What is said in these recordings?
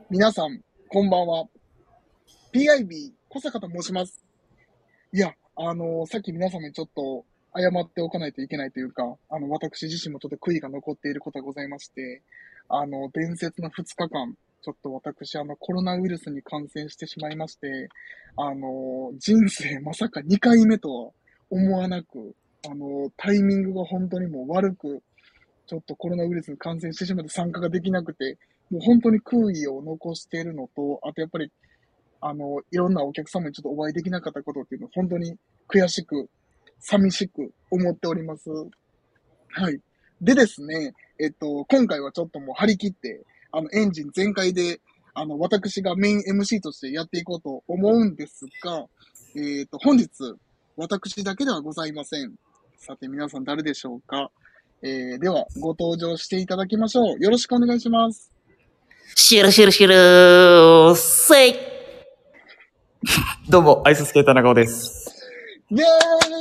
皆さん、こんばんは。PIB 小坂と申します。いや、さっき皆様にちょっと謝っておかないといけないというか、私自身もちょっと悔いが残っていることがございまして、伝説の2日間、ちょっと私、コロナウイルスに感染してしまいまして、人生まさか2回目とは思わなく、タイミングが本当にもう悪く、ちょっとコロナウイルスに感染してしまって参加ができなくて、もう本当に悔いを残しているのと、あとやっぱり、いろんなお客様にちょっとお会いできなかったことっていうのを本当に悔しく、寂しく思っております。はい。でですね、今回はちょっともう張り切って、エンジン全開で、私がメイン MC としてやっていこうと思うんですが、本日、私だけではございません。さて、皆さん誰でしょうか。では、ご登場していただきましょう。よろしくお願いします。 シュルシュルシュルーせいどうも、アイススケーター長尾です。 イェーイ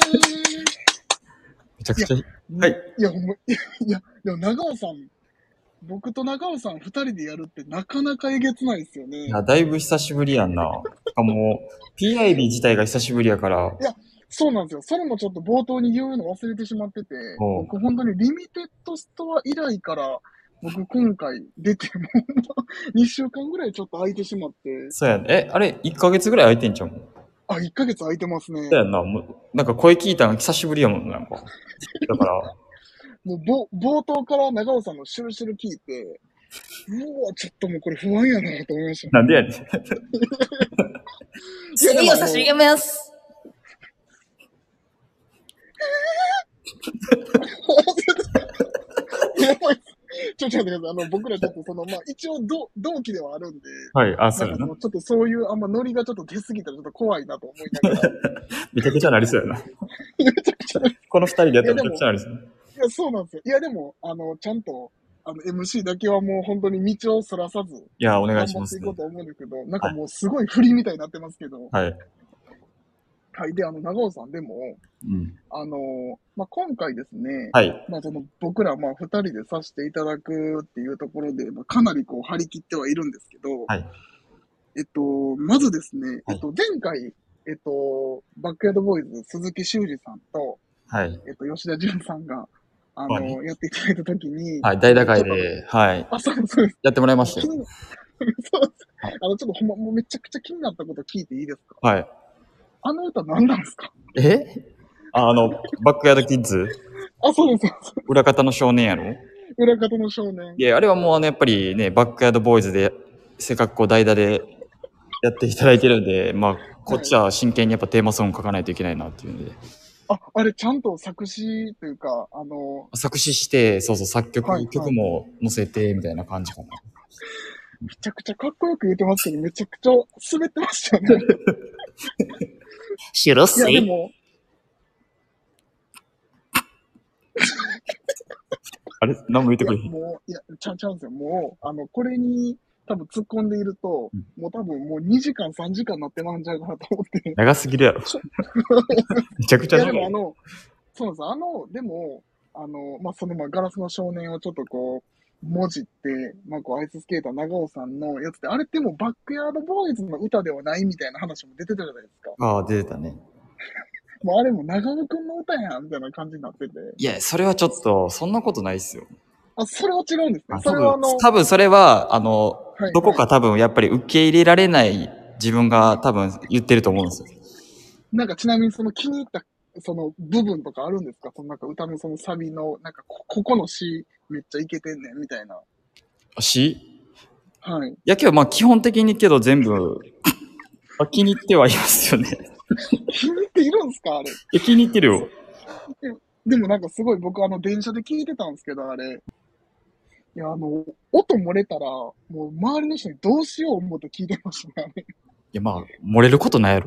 めちゃくちゃ、 はい。いや、ほんま、でも長尾さん、僕と長尾さん二人でやるってなかなかえげつないですよね。 いや、だいぶ久しぶりやんな。しかも、PIB 自体が久しぶりやから。 いや、そうなんですよ。それもちょっと冒頭に言うの忘れてしまってて、僕本当にリミテッドストア以来から、僕今回出ても2週間ぐらいちょっと空いてしまって。 そうやね。あれ、1ヶ月ぐらい空いてんじゃん。 あ、1ヶ月空いてますね。 そうやんな。もうなんか声聞いたの久しぶりやもん、なんか。だから。 もう冒頭から長尾さんのシュルシュル聞いて、うわ、ちょっともうこれ不安やなと思いました。 なんでやねん。 次を差し上げます。やばい。ちょっと待ってください。僕らちょっと一応同期ではあるんで、 はい、あ、そうやな。 ちょっとそういうノリがちょっと出すぎたらちょっと怖いなと思いながら。 めちゃくちゃなりそうやな。 めちゃくちゃなりそう。 この二人でやったらめちゃくちゃなりそう。 いや、そうなんですよ。いや、でも、ちゃんと、MC だけはもう本当に道をそらさず、 いや、お願いします、 頑張っていこうと思うんですけど、なんかもうすごい振りみたいになってますけど、 はい。 はい。で、長尾さんでも、今回ですね、 はい。 僕ら、二人でさせていただくっていうところで、かなりこう、張り切ってはいるんですけど、 はい。 まずですね、 はい前回、バックヤードボーイズ鈴木修二さんと、 はい。 吉田純さんが、 はいやっていただいたときに、 はい、大打開で、はい。 そうです。 やってもらいましたよ。 そうです。ちょっとほんま、もうめちゃくちゃ気になったこと聞いていいですか？ はい。 あの歌何なんですか？ バックヤードキッズそうです。 裏方の少年やろ？ 裏方の少年。 いや、あれはもうやっぱりね、バックヤードボーイズで、せっかくこう代打でやっていただいてるんで、こっちは真剣にやっぱテーマソング書かないといけないなっていうんで。 あれちゃんと作詞というか、 作詞して、そうそう、作曲、 はいはい、 曲も載せて、みたいな感じかな。 めちゃくちゃかっこよく言ってますけど、めちゃくちゃ滑ってましたよね。 シュロッセイ。 いや、でも、 あれ何も言ってくれへん。 もう、ちゃうんですよ。もう、これに多分突っ込んでいると、もう多分もう2時間、3時間なってまうんちゃうかなと思って。 長すぎるやろ。めちゃくちゃ長い。 いや、でもそうなんです。でも、ガラスの少年をちょっとこう、文字って、アイススケーター長尾さんのやつって、あれってもうバックヤードボーイズの歌ではないみたいな話も出てたじゃないですか。 ああ、出てたね。 もうあれも長尾くんの歌やん、みたいな感じになってて。 いや、それはちょっと、そんなことないっすよ。 それは違うんですね。 それは多分それは、どこか多分やっぱり受け入れられない自分が多分言ってると思うんですよ。 なんかちなみにその気に入ったその部分とかあるんですか？そのなんか歌のそのサビの、なんかここの詩めっちゃいけてんねんみたいな。 詩？ はい。いやけど基本的にけど全部気に入ってはいますよね。 気に入っているんですかあれ？ 気に入ってるよ。 でもなんかすごい僕電車で聞いてたんですけど、あれ。いや、音漏れたら、もう周りの人にどうしよう思って聞いてましたね。いや、漏れることないやろ。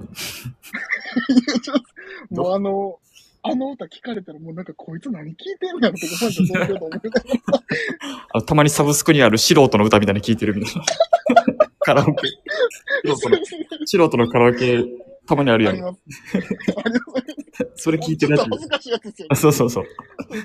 もうあの歌聞かれたらもうなんかこいつ何聞いてんのやろとか、マジでそういうこと思いながら。たまにサブスクにある素人の歌みたいに聞いてるみたいな。カラオケ。素人のカラオケ、たまにあるやん。 あります。 それ聞いてるやつ。 ちょっと恥ずかしいやつですよね。そうそうそう。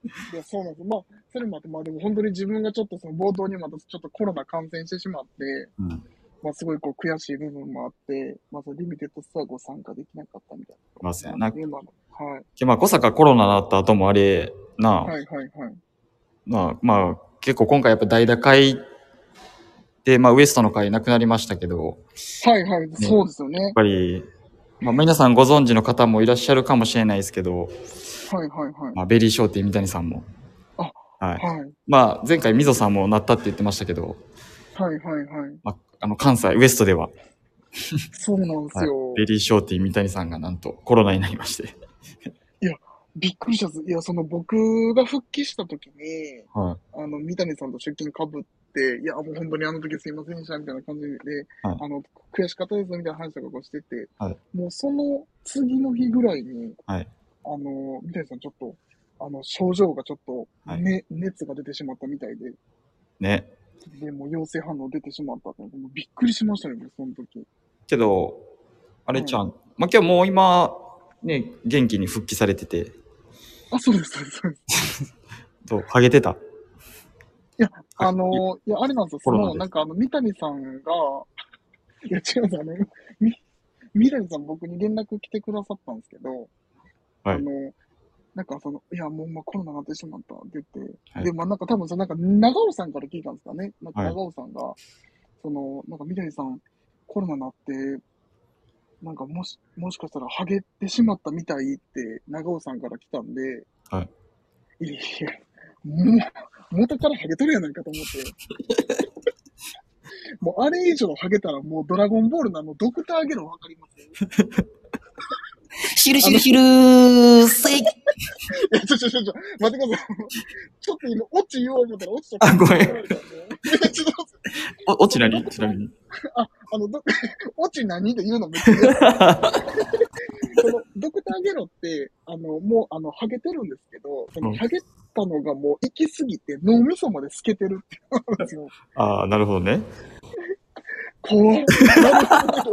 いや、そうなんです。まあ、それもあって、まあでも本当に自分がちょっとその冒頭にまたちょっとコロナ感染してしまって、 うん。 まあすごいこう悔しい部分もあって、まあそのリミテッドストアご参加できなかったみたいなとこまあ、そうやな。 ろもあって、まあ、はい。 まあ、小坂コロナになった後もあれ、なあ、 はいはいはい。 まあ、結構今回やっぱ代打会で、まあ、ウエストの会なくなりましたけど、 はいはい、 ね、やっそうですよね。 ぱり、まあ、皆さんご存知の方もいらっしゃるかもしれないですけど、 はいはいはい。 まあ、ベリーショーティー三谷さんも、 あ、 はい。 はい。 まあ、前回みぞさんもなったって言ってましたけど、 はいはいはい。 まあ、関西、ウエストでは、 そうなんですはい。 よ。 ベリーショーティー三谷さんがなんとコロナになりまして。 いや、びっくりしたっす。いや、その僕が復帰した時に、 は三谷さんと出勤かぶって、いや、もう本当にあの時すいませんでした、みたいな感じで、 い。はい。 あの、悔しかったです、みたいな話とかこうしてて、 はい。 もうその次の日ぐらいに、 はい。 三谷さんちょっと、症状がちょっと、 はい。 熱が出てしまったみたいで、 ね。 で、もう陽性反応出てしまったって、もうびっくりしましたね、その時。 けど、あれはい。 ちゃん、まあ、今日もう今、ね、元気に復帰されてて、 あ、そうです、そうです、そうです。 ハゲてたいや、 はい。 いや、あれなんですよ、 コロナで。 三谷さんが、いや、違うんですよ、み、三谷さん僕に連絡来てくださったんですけど、 はい。 いや、もう、まあ、コロナになってしまったって言って、 はい。 で、まあ、なんか多分、長尾さんから聞いたんですかね。なんかはい。 長尾さんが、なんか三谷さん、コロナになって、なんかもしかしたらハゲてしまったみたいって長尾さんから来たんで、 はい。 いや、も元からハゲとるやないかと思って、もうあれ以上ハゲたらもうドラゴンボールのドクターゲロわかります？ シルあの、いシルシルーせい。 や、待ってください。ちょっと今、オチ言おう思ったら、オチとあ、 勝手にごめん。 取られたんで。いや、ちょっと待って、 落ちそのドクター、 何ちなみに。 あ、オチ何って言うのめっちゃ嫌なんですけど、ドクターゲロって、もう、ハゲてるんですけど、 うん、 ハゲたのがもう行き過ぎて脳みそまで透けてるって言うんですよ。 ああ、なるほどね。 怖っ。なるほどね。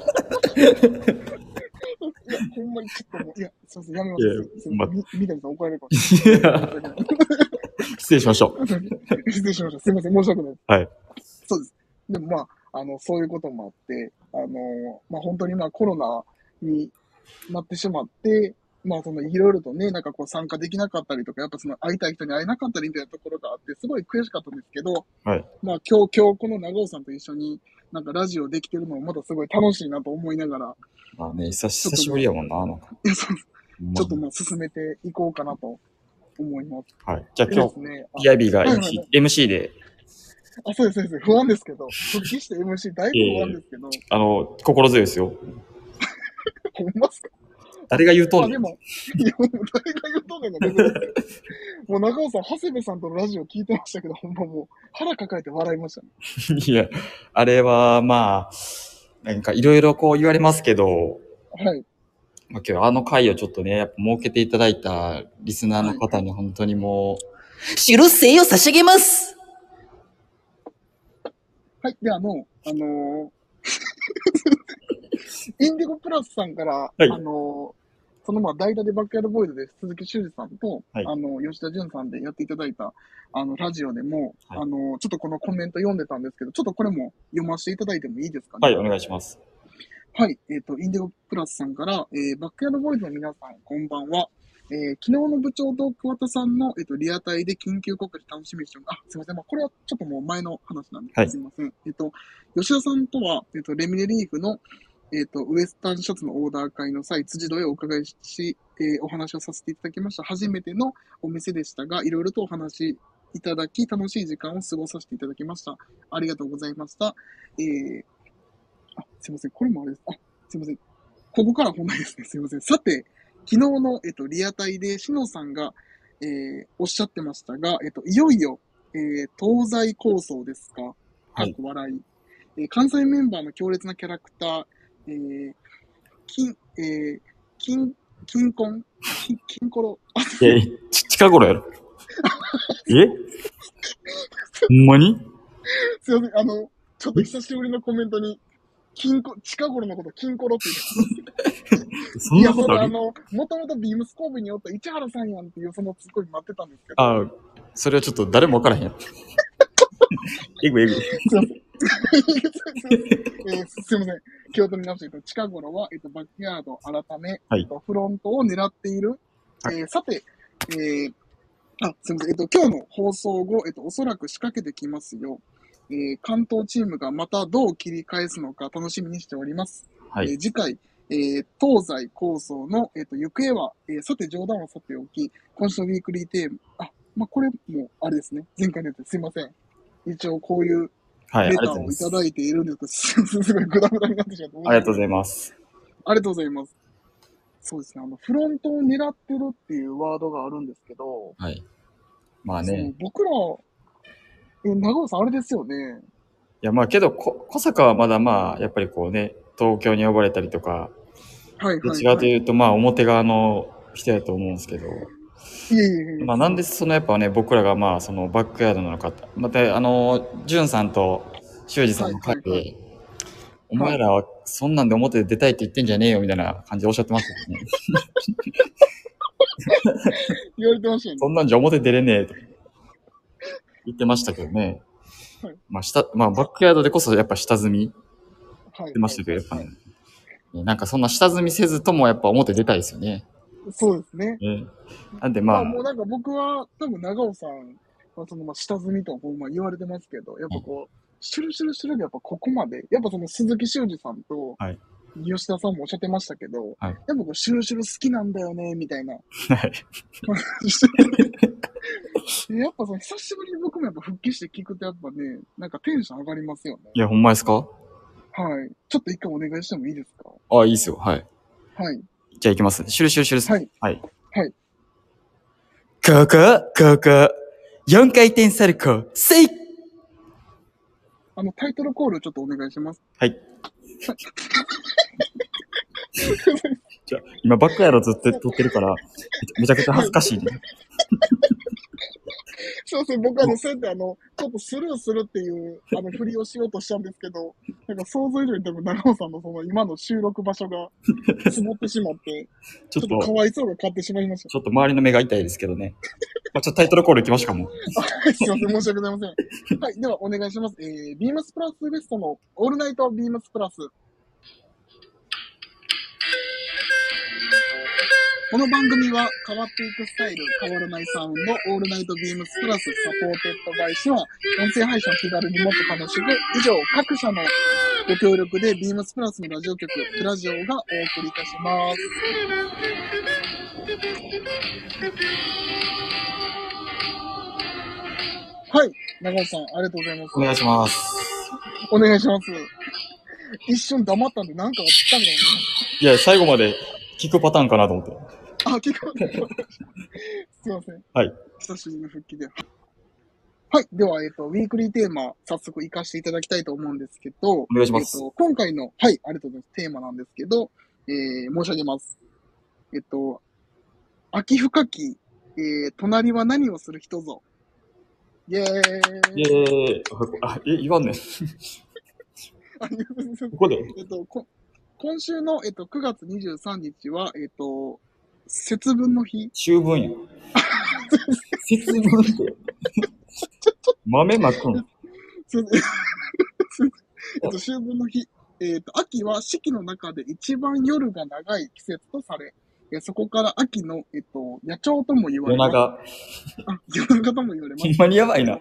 いや、ほんまにちょっともう、いや、すいません、やめまいや、 す。すいません。 ま、 三谷さん怒られるかもしれない。すいません、申し訳ない。 失礼しましょ失礼しました。すいません、申し訳ない。 う。はい。 そうです。でもまあ、そういうこともあって、まあ本当にまあコロナになってしまって、まあいろいろとね、なんかこう参加できなかったりとか、やっぱ会いたい人に会えなかったりみたいなところがあって、すごい悔しかったんですけど、 はい。 まあ今日この長尾さんと一緒になんかラジオできてるのもまたすごい楽しいなと思いながら、 まあね、久しちょっとまあ、 ぶりやもんな、なんか。 いやそうちょっとほんまに。 まあ進めていこうかなと思います。 はい。じゃあでで今日、 すね、 PIB がはいはいはい。 MC で、 そうです、そうです。不安ですけど、復帰して MC だいぶ不安ですけど、 心強いですよ。 ほんまっすか？ 誰が言うとんねん。 でも、いや、もう誰が言うとんねんのレベルですよ。もう中尾さん、長谷部さんとのラジオ聞いてましたけど、ほんまもう腹抱えて笑いましたね。 いや、あれは、まあ、なんかいろいろこう言われますけど、 はい。 まあ、今日あの回をちょっとね、やっぱ設けていただいたリスナーのはい、はい。 方に本当にもう、知るせいを差し上げます。 はい。で、インディゴプラスさんから、 はい。 そのまあ、代打でバックヤードボーイズで鈴木修二さんと、 はい。 吉田淳さんでやっていただいた、ラジオでも、 はい。 ちょっとこのコメント読んでたんですけど、ちょっとこれも読ませていただいてもいいですかね。 はい、お願いします。 はい。インディゴプラスさんから、バックヤードボーイズの皆さん、こんばんは。昨日の部長と桑田さんの、リアタイで緊急告知楽しみにしてます。すいません。まあ、これはちょっともう前の話なんで、 はい。 すいません。吉田さんとは、レミレリーフの、ウエスタンシャツのオーダー会の際、辻堂へお伺いし、お話をさせていただきました。初めてのお店でしたが、いろいろとお話いただき、楽しい時間を過ごさせていただきました。ありがとうございました。すいません。これもあれです。すいません。ここから本題ですね。すいません。さて、昨日の、リアタイで、しのさんが、おっしゃってましたが、いよいよ、東西構想ですか？かはい。 っこ笑い。関西メンバーの強烈なキャラクター、金、金、金婚金コロ。 近頃やろ。えほんまにすいません。ちょっとえ久しぶりのコメントに、 近頃のこと金コロって言って、 そんいや、そなことある？ れもともとビームス神戸におった市原さんやんっていうそのツッコミ待ってたんですけど、 あ、それはちょっと誰も分からへんやん。えぐいえぐい。 すいません。すいません。気を取り直して、近頃は、バックヤード改め、 はい。 フロントを狙っている。 はいさて、すみません。今日の放送後、おそらく仕掛けてきますよ。関東チームがまたどう切り返すのか楽しみにしております。 はい。 次回、東西構想の、行方は、さて冗談はさておき、今週のウィークリーテーマ、これも、あれですね。前回のやつすいません。一応こういうはい、ありレターがとうございます。 をいただいているんですけど、すごいグダグダになってしまって申しありがとうござい訳ないです。 ます。 ありがとうございます。そうですね。フロントを狙ってるっていうワードがあるんですけど、 はい。まあね。 僕ら、長尾さんあれですよね。 いや、まあけど、小坂はまだまあ、やっぱりこうね、東京に呼ばれたりとか、 はいどっちはいはい。 かというと、まあ表側の人やと思うんですけど、 いえいえいえ、 まあなんでそのやっぱね、僕らがまあそのバックヤードなのか、またジュンさんと修二さんはいのはいはい。 会で、おはい。 前らはそんなんで表で出たいって言ってんじゃねえよみたいな感じでおっしゃってましたけどね。 言われてましたよね。 そんなんじゃ表出れねえと言ってましたけどね。 はい。 まあバックヤードでこそやっぱ下積み言っはいはいてましたけど、やっぱね、 はいはい。 なんかそんな下積みせずともやっぱ表出たいですよね。 そうですね。 ね、なんでまあ、 もうなんか僕は多分長尾さんは下積みとこう言われてますけど、やっぱこう、シュルシュルシュルでやっぱここまで、やっぱ鈴木修二さんとはい。 吉田さんもおっしゃってましたけど、 はい。 やっぱこうシュルシュル好きなんだよね、みたいな。 はい。 やっぱ久しぶりに僕もやっぱ復帰して聞くとやっぱね、なんかテンション上がりますよね。 いや、ほんまですか？ はい。ちょっと一回お願いしてもいいですか？ あ、いいっすよ。はい。 はい。 じゃあ行きます。シュルシュルシュルす。 はい。 はい。 はい。 ここ、4回転サルコー、せい。 タイトルコールちょっとお願いします。 はい。じゃあ、今バックヤードずっと撮ってるから、めちゃくちゃ恥ずかしいね。 すいません、僕そうやってちょっとスルーするっていう、ふりをしようとしたんですけど、なんか想像以上に多分長尾さんの今の収録場所が積もってしまって、 ちょっと、 ちょっとかわいそうが勝ってしまいました。 ちょっと周りの目が痛いですけどね。まあ、ちょっとタイトルコールいきましょうかも。 すいません、申し訳ございません。はい、ではお願いします。ビームスプラスベストのオールナイトビームスプラス。この番組は変わっていくスタイル、変わらないサウンド、オールナイトビームスプラスサポーテッドバイシュア、音声配信を気軽にもっと楽しく、以上、各社のご協力でビームスプラスのラジオ局、プラジオがお送りいたします。はい、長尾さん、ありがとうございます。 お願いします。 お願いします。一瞬黙ったんで何かあったみたいな。 いや、最後まで聞くパターンかなと思って。 結構、すいません。 はい。 久しぶりの復帰で。はい。では、ウィークリーテーマ、早速活かしていただきたいと思うんですけど、 お願いします。 今回の、はい、ありがとうございます。テーマなんですけど、申し上げます。秋深き、隣は何をする人ぞ。イェーイ。 イェーイ。あ、言わんねん。ここで今週の、9月23日は、節分の日。 秋分や。節分って。豆まくん。 秋分の日。秋は四季の中で一番夜が長い季節とされ、そこから秋の、野鳥とも言われます。夜長とも言われます。 ほんまにやばいな。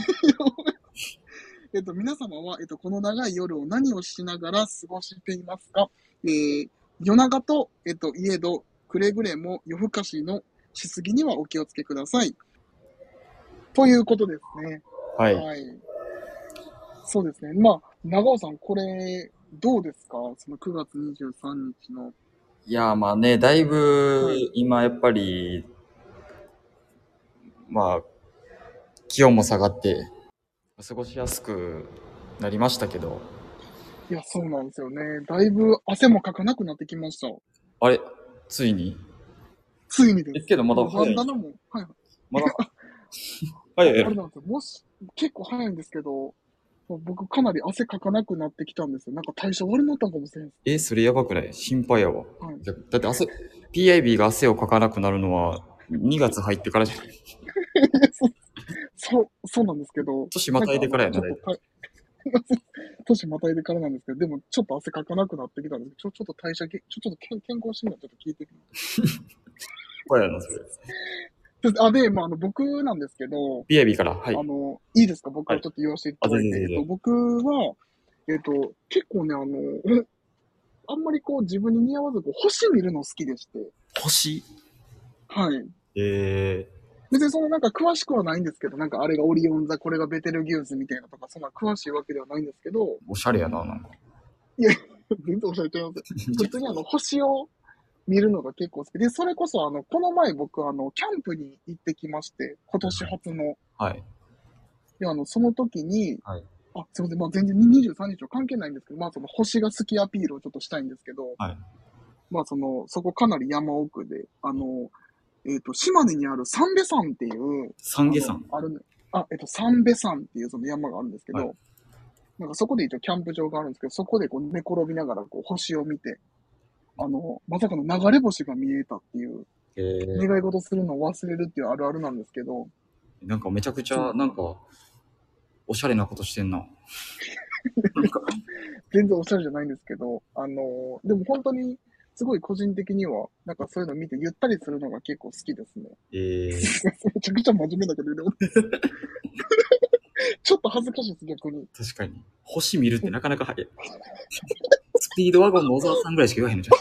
皆様は、この長い夜を何をしながら過ごしていますか？夜長と、いえど、くれぐれも夜更かしのしすぎにはお気をつけください。ということですね。 はい。 はい。そうですね。まあ、長尾さん、これ、どうですか？その9月23日の。 いや、まあね、だいぶ、今やっぱり、まあ、気温も下がって、過ごしやすくなりましたけど。 いや、そうなんですよね。だいぶ汗もかかなくなってきました。 あれついについにです。 けどまだ早い。 バンダナも、はい。 まだ早いやろ。 あれなんですよ。結構早いんですけど、 僕かなり汗かかなくなってきたんですよ。なんか代謝悪くなったんかもしれないです。 それやばくない？心配やわ。 はい。 だってPIB が汗をかかなくなるのは2月入ってからじゃない？ そうなんですけど、 年またいでからやな、 ちょっと年またいでからなんですけど、でもちょっと汗かかなくなってきたんですけど、ちょっと代謝ちょっと健康診断ちょっと聞いてみます。 これやな、それ。 で、僕なんですけど、 PIB から、はい。 いいですか？僕ははいちょっと言わせていただいて。 全然。 僕は、結構ね、あんまりこう自分に似合わず、星見るの好きでして。 星？ はい。 え別にそのなんか詳しくはないんですけど、なんかあれがオリオン座、これがベテルギウスみたいなとか、そんな詳しいわけではないんですけど、 おしゃれやな、なんか。 いや、全然おっしゃれちゃいます。普通に星を見るのが結構好きで、それこそこの前僕キャンプに行ってきまして、今年初の。 はい。 で、その時に、 はい。 すいません、全然23日は関係ないんですけど、その星が好きアピールをちょっとしたいんですけど、 はい。 そこかなり山奥で、島根にある三瓶山っていう、 三下山。 あるね、三瓶山っていうその山があるんですけど、 はい、 なんかそこで一応キャンプ場があるんですけど、そこでこう寝転びながらこう星を見て、まさかの流れ星が見えたっていう、願い事するのを忘れるっていうあるあるなんですけど、 なんかめちゃくちゃ、なんか、おしゃれなことしてんな。 全然おしゃれじゃないんですけど、でも本当に、すごい個人的には、なんかそういうの見てゆったりするのが結構好きですね。めちゃくちゃ真面目なこと言うてます。ちょっと恥ずかしいです、逆に。 確かに。星見るってなかなか早い。スピードワゴンの小沢さんぐらいしか言わへんのじゃん。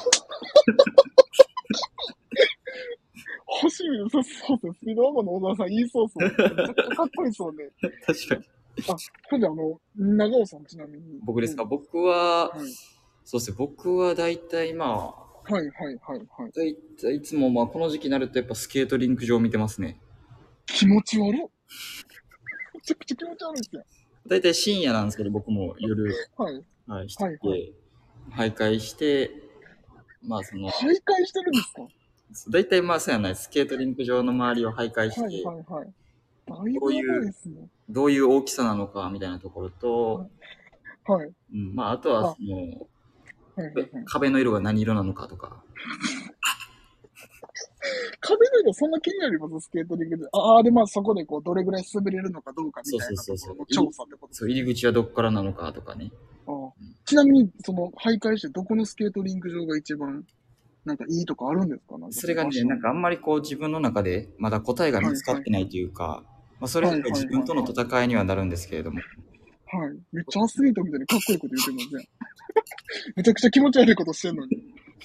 星見る、そうそうそう、スピードワゴンの小沢さん言いそうそう。めちゃくちゃかっこいいそうね。 確かに。 それで長尾さんちなみに。 僕ですか？僕は、 はい、 そうですね。僕は大体はいはいはいはい。 大体いつもこの時期になるとやっぱスケートリンク場を見てますね。 気持ち悪い。めちゃくちゃ気持ち悪いですよ。 大体深夜なんですけど、僕も夜、 はい。 はい、して、 はいはい、 徘徊して、 徘徊してるんですか？ 大体そうやない、スケートリンク場の周りを徘徊して、 はいはいはい。だいぶやばいですね。 どういう大きさなのかみたいなところと、 はい。 あとは壁の色が何色なのかとか。 壁の色そんな気になります？スケートリンクで。で、そこでこう、どれぐらい滑れるのかどうかみたいなところの調査ってことですね。入り口はどこからなのかとかね。 ちなみに、徘徊してどこのスケートリンク場が一番、なんかいいとかあるんですか？ それがね、なんかあんまりこう自分の中でまだ答えが見つかってないというか、それぞれ自分との戦いにはなるんですけれども。 はい。めっちゃアスリートみたいにかっこいいこと言ってますね。めちゃくちゃ気持ち悪いことしてんのに。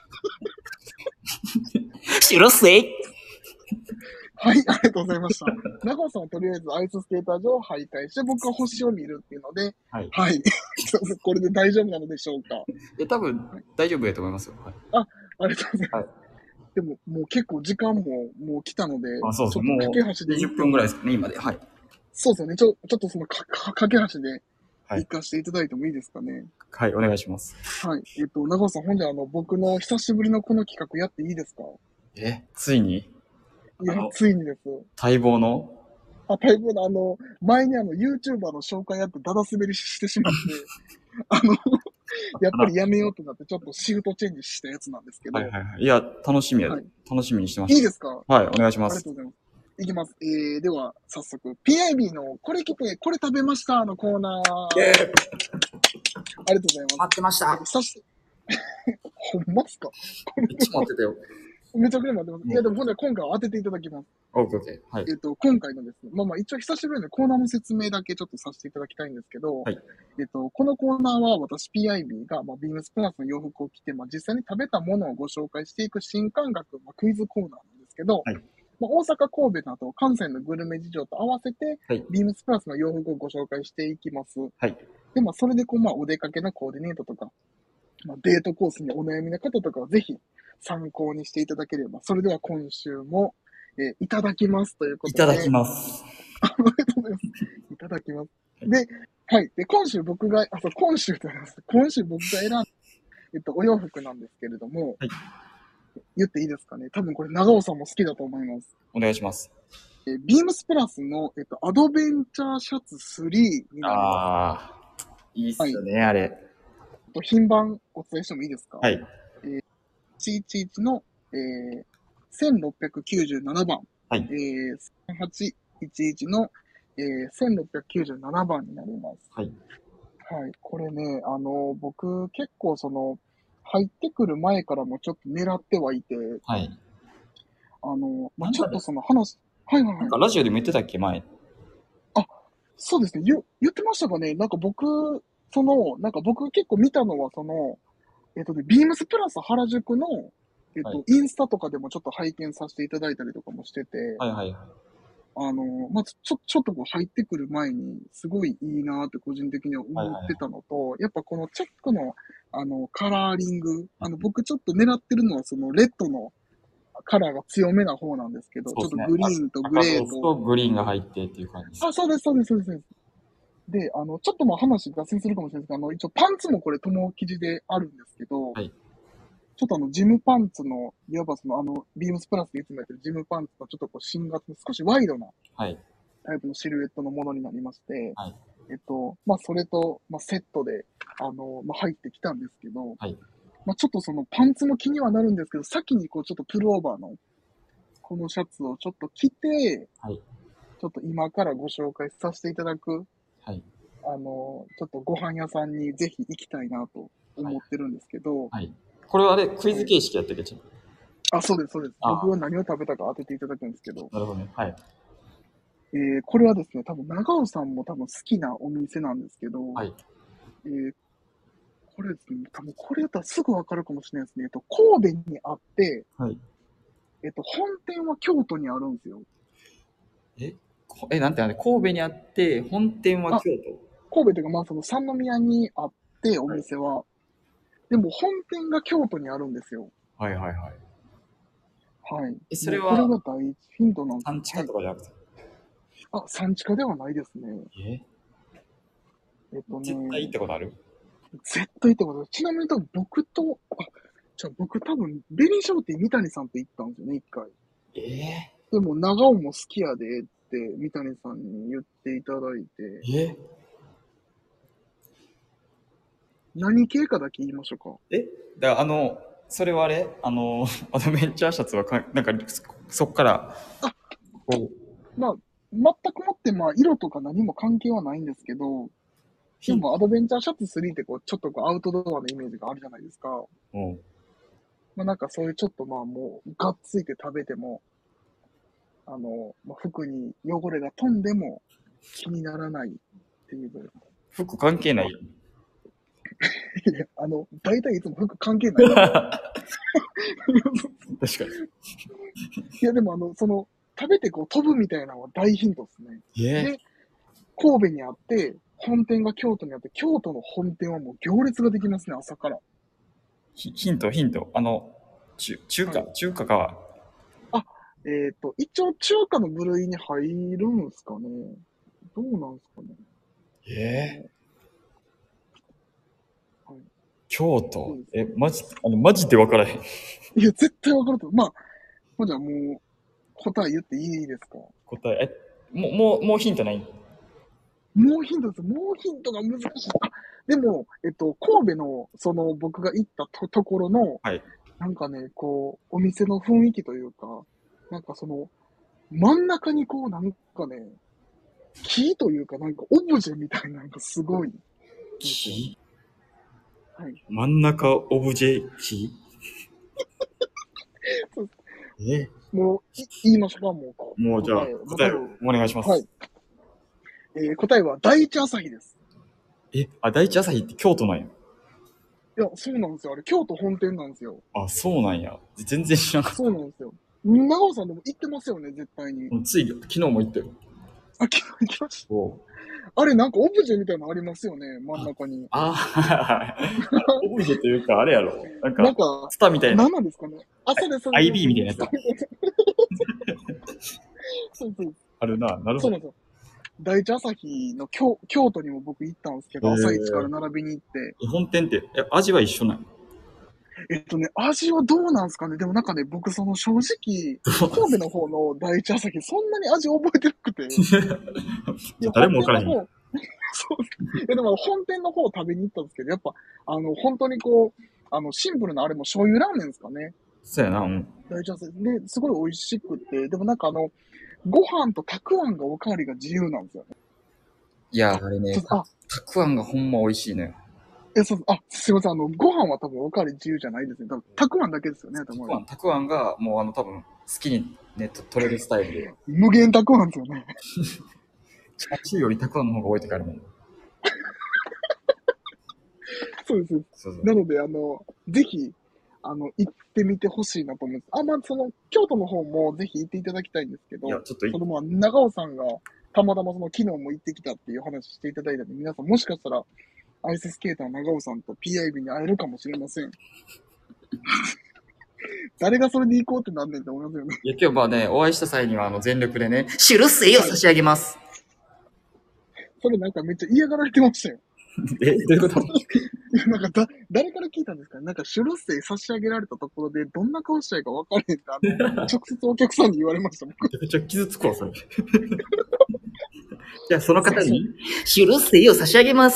しろせいはい、ありがとうございました。長尾さんはとりあえずアイススケーター場を徘徊して、僕は星を見るっていうので、はい。はい、これで大丈夫なのでしょうか？ 多分、大丈夫やと思いますよ。はい、 ありがとうございます。でも、もう結構時間ももう来たので、 そうですね。もう20分ぐらいですかね、今で。はい。 そうですよね。ちょっとその架け橋で行かせていただいてもいいですかね。 はい、お願いします。 はい。長尾さん、ほんで僕の久しぶりのこの企画やっていいですか？ ついに？ いや、ついにです。 待望の？ 待望の前にYouTuber の紹介やってダダ滑りしてしまって、やっぱりやめようとなって、ちょっとシフトチェンジしたやつなんですけど。 いや、楽しみや、楽しみにしてました。 いいですか？ はい、お願いします。 ありがとうございます。いきます。では、早速、PIB のこれ来て、これ食べましたのコーナー。ありがとうございます。 待ってました。 ほんまっすか？ めっちゃ待ってたよ。 めちゃくちゃ待ってます。いや、でもほんで今回は当てていただきます。 オッケーオッケー。はい。 今回のですね、一応久しぶりのコーナーの説明だけちょっとさせていただきたいんですけど、はい。このコーナーは私 PIB が、ビームスプラスの洋服を着て、実際に食べたものをご紹介していく新感覚、クイズコーナーなんですけど、はい。大阪、神戸など関西のグルメ事情と合わせて、はい、ビームスプラスの洋服をご紹介していきます。はい。で、それでお出かけのコーディネートとか、デートコースにお悩みの方とかはぜひ参考にしていただければ。それでは今週も、いただきますということで。 いただきます。 ありがとうございます。いただきます。で、はい。で、今週僕が選んだ、お洋服なんですけれども、はい、言っていいですかね。多分これ長尾さんも好きだと思います。 お願いします。 ビームスプラスの、アドベンチャーシャツ3になります。 いいっすよね、あれ。 品番お伝えしてもいいですか？ はい。 111の、1697番。 はい。 3811の、1697番になります。 はい。 はい。これね、僕結構入ってくる前からもちょっと狙ってはいて、 はい。 ちょっと話、はいはいはい。 なんかラジオでも言ってたっけ、前。 あ、そうですね。言ってましたかね。なんか僕、僕結構見たのは、ビームスプラス原宿の、 はい。 インスタとかでもちょっと拝見させていただいたりとかもしてて、 はいはいはい。 ちょっとこう入ってくる前に、すごいいいなって個人的にははいはい。 思ってたのと、やっぱこのチェックの、カラーリング、僕ちょっと狙ってるのはレッドのカラーが強めな方なんですけど、ちょっとそうですね。 グリーンとグ赤ベレーと、 ースとグリーンが入ってっていう感じです。 あ、そうです、そうです、そうです。そうです。で、ちょっとまあ話脱線するかもしれないですけど、一応パンツもこれ、友生地であるんですけど、 はい。 ちょっとジムパンツの、いわばビームスプラスでいつもやってるジムパンツのちょっとこう、新型の少しワイドなはい。 タイプのシルエットのものになりまして、 はい。 それと、セットで、入ってきたんですけど、 はい。 ちょっとパンツも気にはなるんですけど、先にこう、ちょっとプルオーバーの、このシャツをちょっと着て、 はい。 ちょっと今からご紹介させていただく、 はい。 ちょっとご飯屋さんにぜひ行きたいなとはい。 思ってるんですけど、 はい。これはあれ、クイはい。 ズ形式やったっけ、ちょっと。 あ、そうです、そうです。僕あは何を食べたか当てていただくんですけど、 なるほどね。はい。 これはですね、多分長尾さんも多分好きなお店なんですけど、 はい。 えーこれですね、多分これやったらすぐわかるかもしれないですね。神戸にあって、 はい。 本店は京都にあるんですよ。 なんて神戸にあって、本店はあ、 京都。 神戸というか、三宮にあって、おはい。 店は。でも本店が京都にあるんですよ。 はいはいはい。 はい。 そもうこれれはが第一ヒントなんですよ。 産地化はい。 とかじゃなくて。 あ、産地下ではないですね。 ええっと絶対行っね、 たことある？ 絶対ってことです。ちなみに多分僕多分、紅商店三谷さんと行ったんですよね、一回。 えでも、長尾も好きやでって三谷さんに言っていただいて、 ー、え何系かだけ言いましょうか。 えだからそれはあれアドベンチャーシャツはなんか、そっから、 あ、 こう、 まあ、全くもって、色とか何も関係はないんですけど、でヒンも、アドベンチャーシャツ3ってこう、ちょっとこう、アウトドアのイメージがあるじゃないですか。 ト、 なんかそういうちょっともう、がっついて食べても、服に汚れが飛んでも気にならないっていう。 服関係ないよ。 いや、大体いつも服関係ないんですよ。 確かいや、でも食べてこう飛ぶみたいなのは大ヒントですね。 に。 で、神戸にあって、本店が京都にあって、京都の本店はもう行列ができますね、朝から。 ヒント、ヒント。中華、 はい。 中華か。 あ、一応中華の部類に入るんですかね。どうなんですかね。 えー、 はい。 京都。 そうです。 マジで分からへん。 いや、絶対わかると思う。じゃあもう、答え言っていいですか？ 答え。もうヒントない？ もうヒントです。もうヒントが難しい。あ、でも、神戸の、僕が行ったところの、 はい。 なんかね、こう、お店の雰囲気というか、なんか真ん中にこう、なんかね、木というか、なんかオブジェみたいなのがすごいんですよ。 木はい。 真ん中オブジェ木そうえもう、言いましょうか、もう、 もうじゃあ、 答え。もう答えを多分、 お願いしまはい。 す。 答えは第一朝日です。 第一朝日って京都なんや。 いや、そうなんですよ。あれ、京都本店なんですよ。 あ、そうなんや。全然知らなかっそうなんですよ。長尾さんでも行ってますよね、絶対に。 た。つい、昨日も行ったよ。 あ、昨日行きましおた。あれ、なんかオブジェみたいなのありますよね、真ん中に。 はい。オブジェというか、あれやろ。なんか、 なんか、 ツタみたいな。 何なんですかね。あ、そうです、そうです。 IB みたいなやつ。 そうそう。 あるな。なるほど。 そうなんですよ。第一朝日の京都にも僕行ったんですけど、朝一から並びに行って。 本店って、味は一緒なん？ 味はどうなんですかね。でもなんかね、僕正直、神戸の方の第一朝日、そんなに味覚えてなくて。いや、 誰本も分からへん。 店の方、 そうです。でも本店の方食べに行ったんですけど、やっぱ、本当にこう、シンプルなあれも醤油ラーメンですかね。 そうやな、うん。 大チャンスで、すごい美味しくて、でもなんかご飯とたくあんがおかわりが自由なんですよね。 いや、あれね、 そうあ、 たくあんがほんま美味しいのよ。 そう、すいません、ご飯は多分おかわり自由じゃないですね。多分、たくあんだけですよね、多分。 たくあんがもう多分好きにね、取れるスタイルで、 無限たくあんですよね。 チャーシューよりたくあんの方が多いとかあるもん。 そうです。 そうそう。 なので、ぜひ、行ってみてほしいなと思います。京都の方もぜひ行っていただきたいんですけいや、 ど、 ちょっと長尾さんがたまたま昨日も行ってきたっていう話していただいたので、皆さんもしかしたら、アイススケーター長尾さんと PIB に会えるかもしれません。誰がそれで行こうってなんねんって思いますよね。 いや、今日まあね、お会いした際には全力でね、シュルッセイを差し上げます。 それなんかめっちゃ嫌がられてましたよ。 どういうこと？ なんか誰から聞いたんですかね。なんか、シュルッセイ差し上げられたところで、どんな顔したいか分からへんって、直接お客さんに言われました。 めちゃくちゃ傷つくわ、それ。じゃあ、その方に、シュルッセイを差し上げます。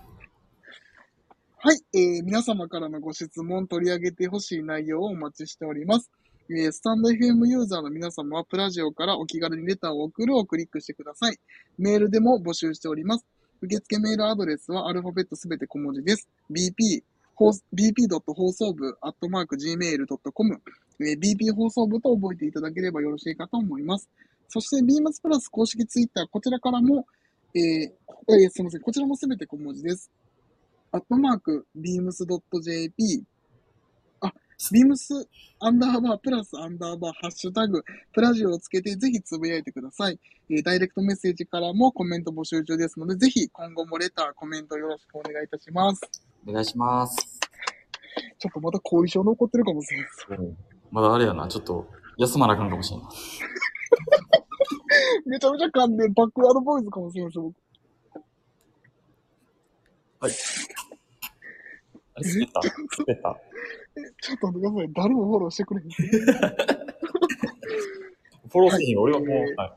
はい、皆様からのご質問、取り上げてほしい内容をお待ちしております。スタンド FM ユーザーの皆様は、プラジオからお気軽にレターを送るをクリックしてください。メールでも募集しております。受付メールアドレスはアルファベットすべて小文字です。bp 放送部@gmail.com、bp 放送部と覚えていただければよろしいかと思います。そして、beams プラス公式ツイッター、こちらからも、すみません、こちらもすべて小文字です。@beams.jp、beams アンダーバープラスアンダーバーハッシュタグ、プラジオをつけてぜひつぶやいてください。ダイレクトメッセージからもコメント募集中ですので、ぜひ今後もレター、コメントよろしくお願いいたします。 お願いします。 ちょっとまた後遺症残ってるかもしれないです。 まだあれやな、ちょっと休まなあかんかもしれんない。 めちゃめちゃ噛んでバックヤードボーイズかもしれないです、僕。 はい。あれ、滑ったちょっと待ってください。誰もフォローしてくれへん。 フォローせえへん、俺はもう、はい。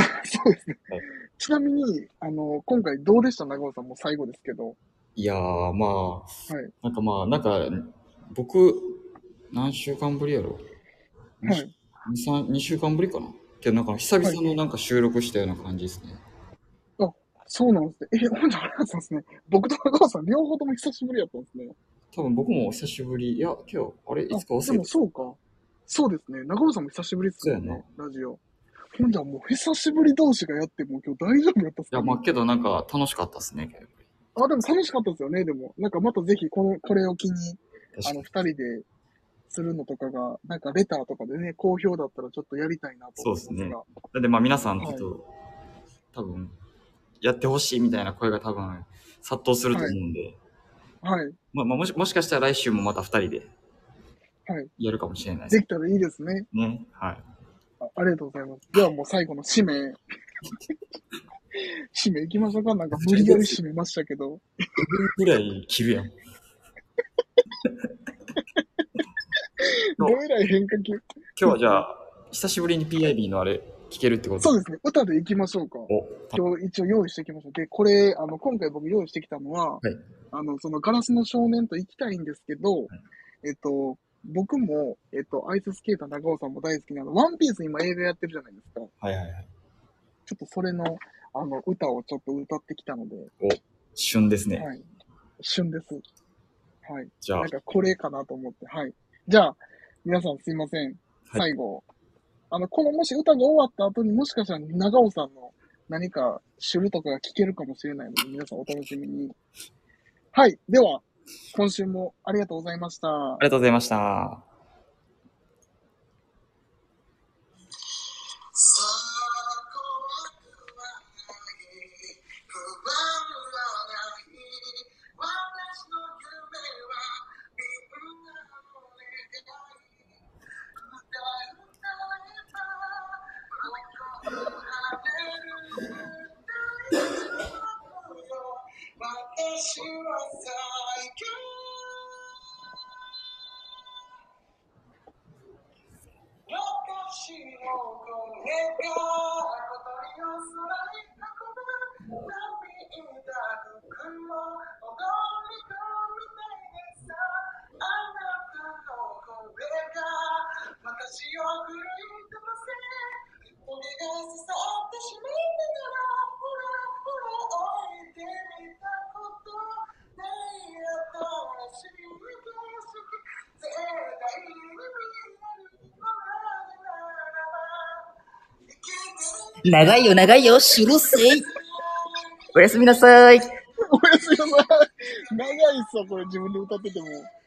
そうですね。 はい、 ちなみに、今回どうでした長尾さんも最後ですけど。 いやー、まあ、 はい。 僕、何週間ぶりやろ？ はい。 2週間ぶりかな？けど久々の収録したような感じですね。 あ、そうなんですね。ほんじゃあれなんですね。僕と長尾さん両方とも久しぶりやったんですね。 多分僕も久しぶり。いや、今日、あれ、いつか忘れた。 でもそうか。そうですね。長尾さんも久しぶりですよね。ラジオ。ほんじゃもう久しぶり同士がやっても今日大丈夫やったっすか、ね、 いや、けど楽しかったっすね。 でも楽しかったですよね、でも。またぜひこれを機に、二人でするのとかが、レターとかでね、好評だったらちょっとやりたいなと思いますが。そうですね。 で、皆さんちょっと、多分、やってほしいみたいな声が多分、殺到すると思うんで。はい。もしかしたら来週もまた二人で、やるかもしれないです。 できたらいいですね。 ね。はい。 ありがとうございます。ではもう最後の締め。締め行きましょうか。無理やり締めましたけど。 ぐらい切るやん。 どえらい変化球。 今日はじゃあ、久しぶりに PIB のあれ、聞けるってこと？ そうですね。歌で行きましょうか。今日一応用意していきましょう。で、これ、今回僕用意してきたのは、そのガラスの少年と行きたいんですけど、僕も、アイススケーター長尾さんも大好きなワンピース今映画やってるじゃないですか。はいはいはい。ちょっとそれの、歌をちょっと歌ってきたので。 旬ですね。 はい。旬です。はい。 じゃあ。 これかなと思って。はい。じゃあ、皆さんすいません。最後。このもし歌が終わった後にもしかしたら長尾さんの何かシュルとかが聞けるかもしれないので、皆さんお楽しみに。はい。では、今週もありがとうございました。ありがとうございました。 長いよ、長いよ、シュルセイ。おやすみなさい。 おやすみなさい。長いっすわ、これ自分で歌ってても。